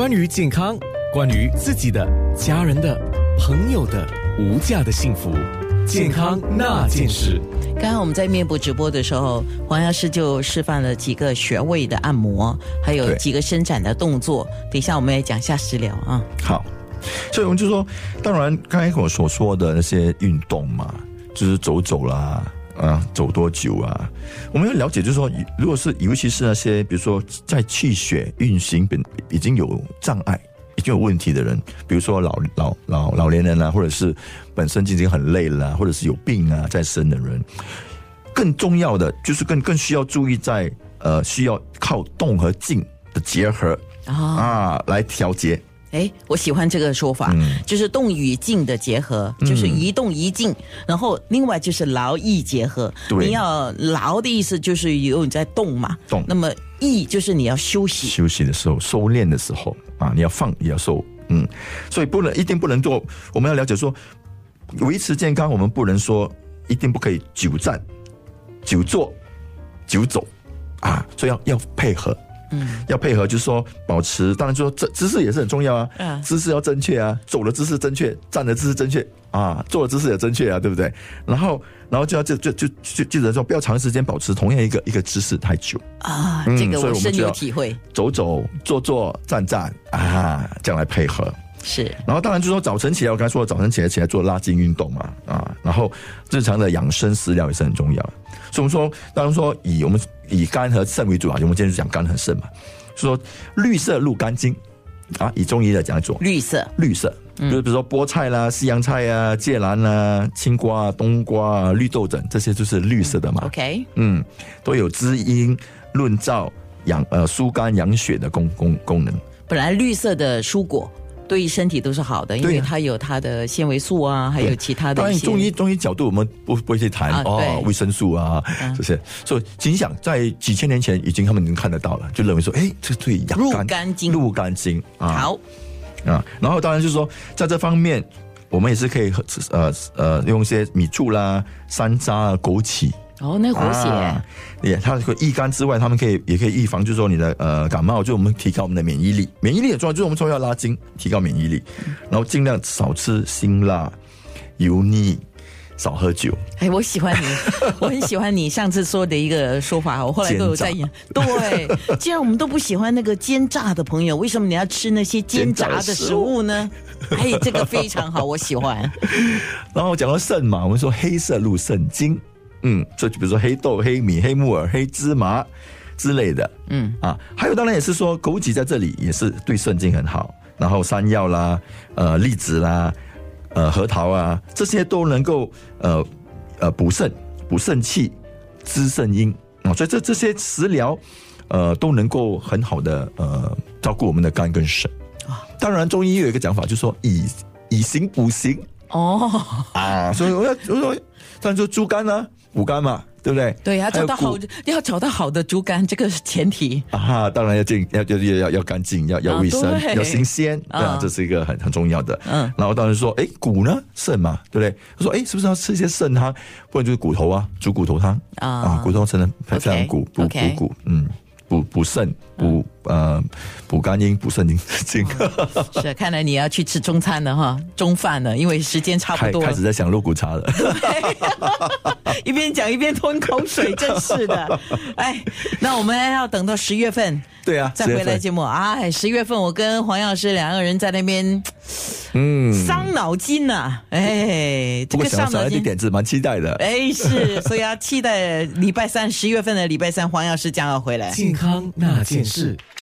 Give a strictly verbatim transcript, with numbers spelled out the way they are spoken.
关于健康，关于自己的、家人的、朋友的无价的幸福，健康那件事。 刚刚我们在面部直播的时候，黄药师就示范了几个穴位的按摩，还有几个伸展的动作。等一下我们也讲一下食疗啊。 好，所以我们就说，当然刚才我所说的那些运动嘛，就是走走啦。啊，走多久啊？我们要了解，就是说，如果是尤其是那些，比如说在气血运行本已经有障碍、已经有问题的人，比如说老老老老年人啊，或者是本身已经很累了、啊，或者是有病啊在身的人，更重要的就是更更需要注意在呃，需要靠动和静的结合、哦、啊来调节。 哎，我喜欢这个说法、嗯、就是动与静的结合，就是一动一静、嗯、然后另外就是劳逸结合。你要劳的意思就是有你在动嘛，动，那么逸就是你要休息， 休息的时候，收敛的时候啊，你要放也要收，嗯，所以不能一定不能做。我们要了解说，维持健康，我们不能说一定不可以久站、久坐、久走啊，所以要要配合。嗯，要配合，就是说保持，当然就说这姿势也是很重要啊，嗯、姿势要正确啊，走的姿势正确，站的姿势正确啊，坐的姿势也正确啊，对不对？然后，然后就要就就就就记得说，不要长时间保持同样一个一个姿势太久啊。这个我深有体会。 走走、坐坐、站站啊，这样来配合。 是， 然后当然就是说早晨起来，我刚才说早晨起来起来做拉筋运动嘛，啊，然后日常的养生食疗也是很重要的。所以我们说，当然说以我们以肝和肾为主啊，我们今天就讲肝和肾嘛，说绿色入肝经啊，以中医来讲做绿色绿色，嗯、就是比如说菠菜啦、西洋菜啊、芥兰啦、青瓜、冬瓜、绿豆等，这些就是绿色的嘛。 OK， 嗯，都有滋阴、润燥、养呃疏肝养血的功功功能。 本来绿色的蔬果对身体都是好的，因为它有它的纤维素啊，还有其他的一些。 当然，中医中医角度我们不不会去谈、啊、哦，维生素啊、嗯、这些。所以，请想在几千年前已经他们已经看得到了，就认为说，哎，这对养肝、 入肝经、 入肝经啊。 好啊，然后当然就是说，在这方面，我们也是可以呃呃用一些米醋啦、山楂啊、枸杞。 哦，那活血， 啊、也它益肝之外，他们可以也可以预防，就是说你的呃感冒，就我们提高我们的免疫力。免疫力也重要，就是我们说要拉筋，提高免疫力，然后尽量少吃辛辣、油腻，少喝酒。 哎，我喜欢你，我很喜欢你上次说的一个说法，我后来都有在演。对，既然我们都不喜欢那个煎炸的朋友，为什么你要吃那些煎炸的食物呢？哎，这个非常好，我喜欢。 然后讲到肾嘛，我们说黑色入肾经。嗯，所以比如说黑豆、黑米、黑木耳、黑芝麻之类的，嗯啊，还有当然也是说枸杞在这里也是对肾经很好，然后山药啦、呃栗子啦、呃核桃啊，这些都能够呃呃补肾、补肾气、滋肾阴啊，所以这这些食疗呃都能够很好的呃照顾我们的肝跟肾啊。当然中医有一个讲法，就是说以以形补形哦啊，所以我要我说，当然就猪肝啊。补肝嘛，对不对？ 对，要找到好，要找到好的猪肝，这个是前提啊。 当然要净，要要要要干净，要要卫生，啊、要新鲜，对啊，这是一个很很重要的。嗯，然后当然说，哎，骨呢，肾嘛，对不对？他说，哎，是不是要吃一些肾汤，或者就是骨头啊，煮骨头汤啊，啊骨头真的非常补补补骨，嗯。补补肾，补呃补肝阴，补肾经。 哦、是，看来你要去吃中餐了哈，中饭了，因为时间差不多了。 开始在想肉骨茶了。 一边讲一边吞口水，真是的。哎，那我们要等到十月份， 对啊， 再回来节目啊。哎，十月份我跟黄药师两个人在那边，嗯，伤脑筋呐、啊。哎，这个伤脑筋点子蛮期待的。 哎，是，所以要期待礼拜三，十月份的礼拜三，黄药师将要回来。 健康那件事。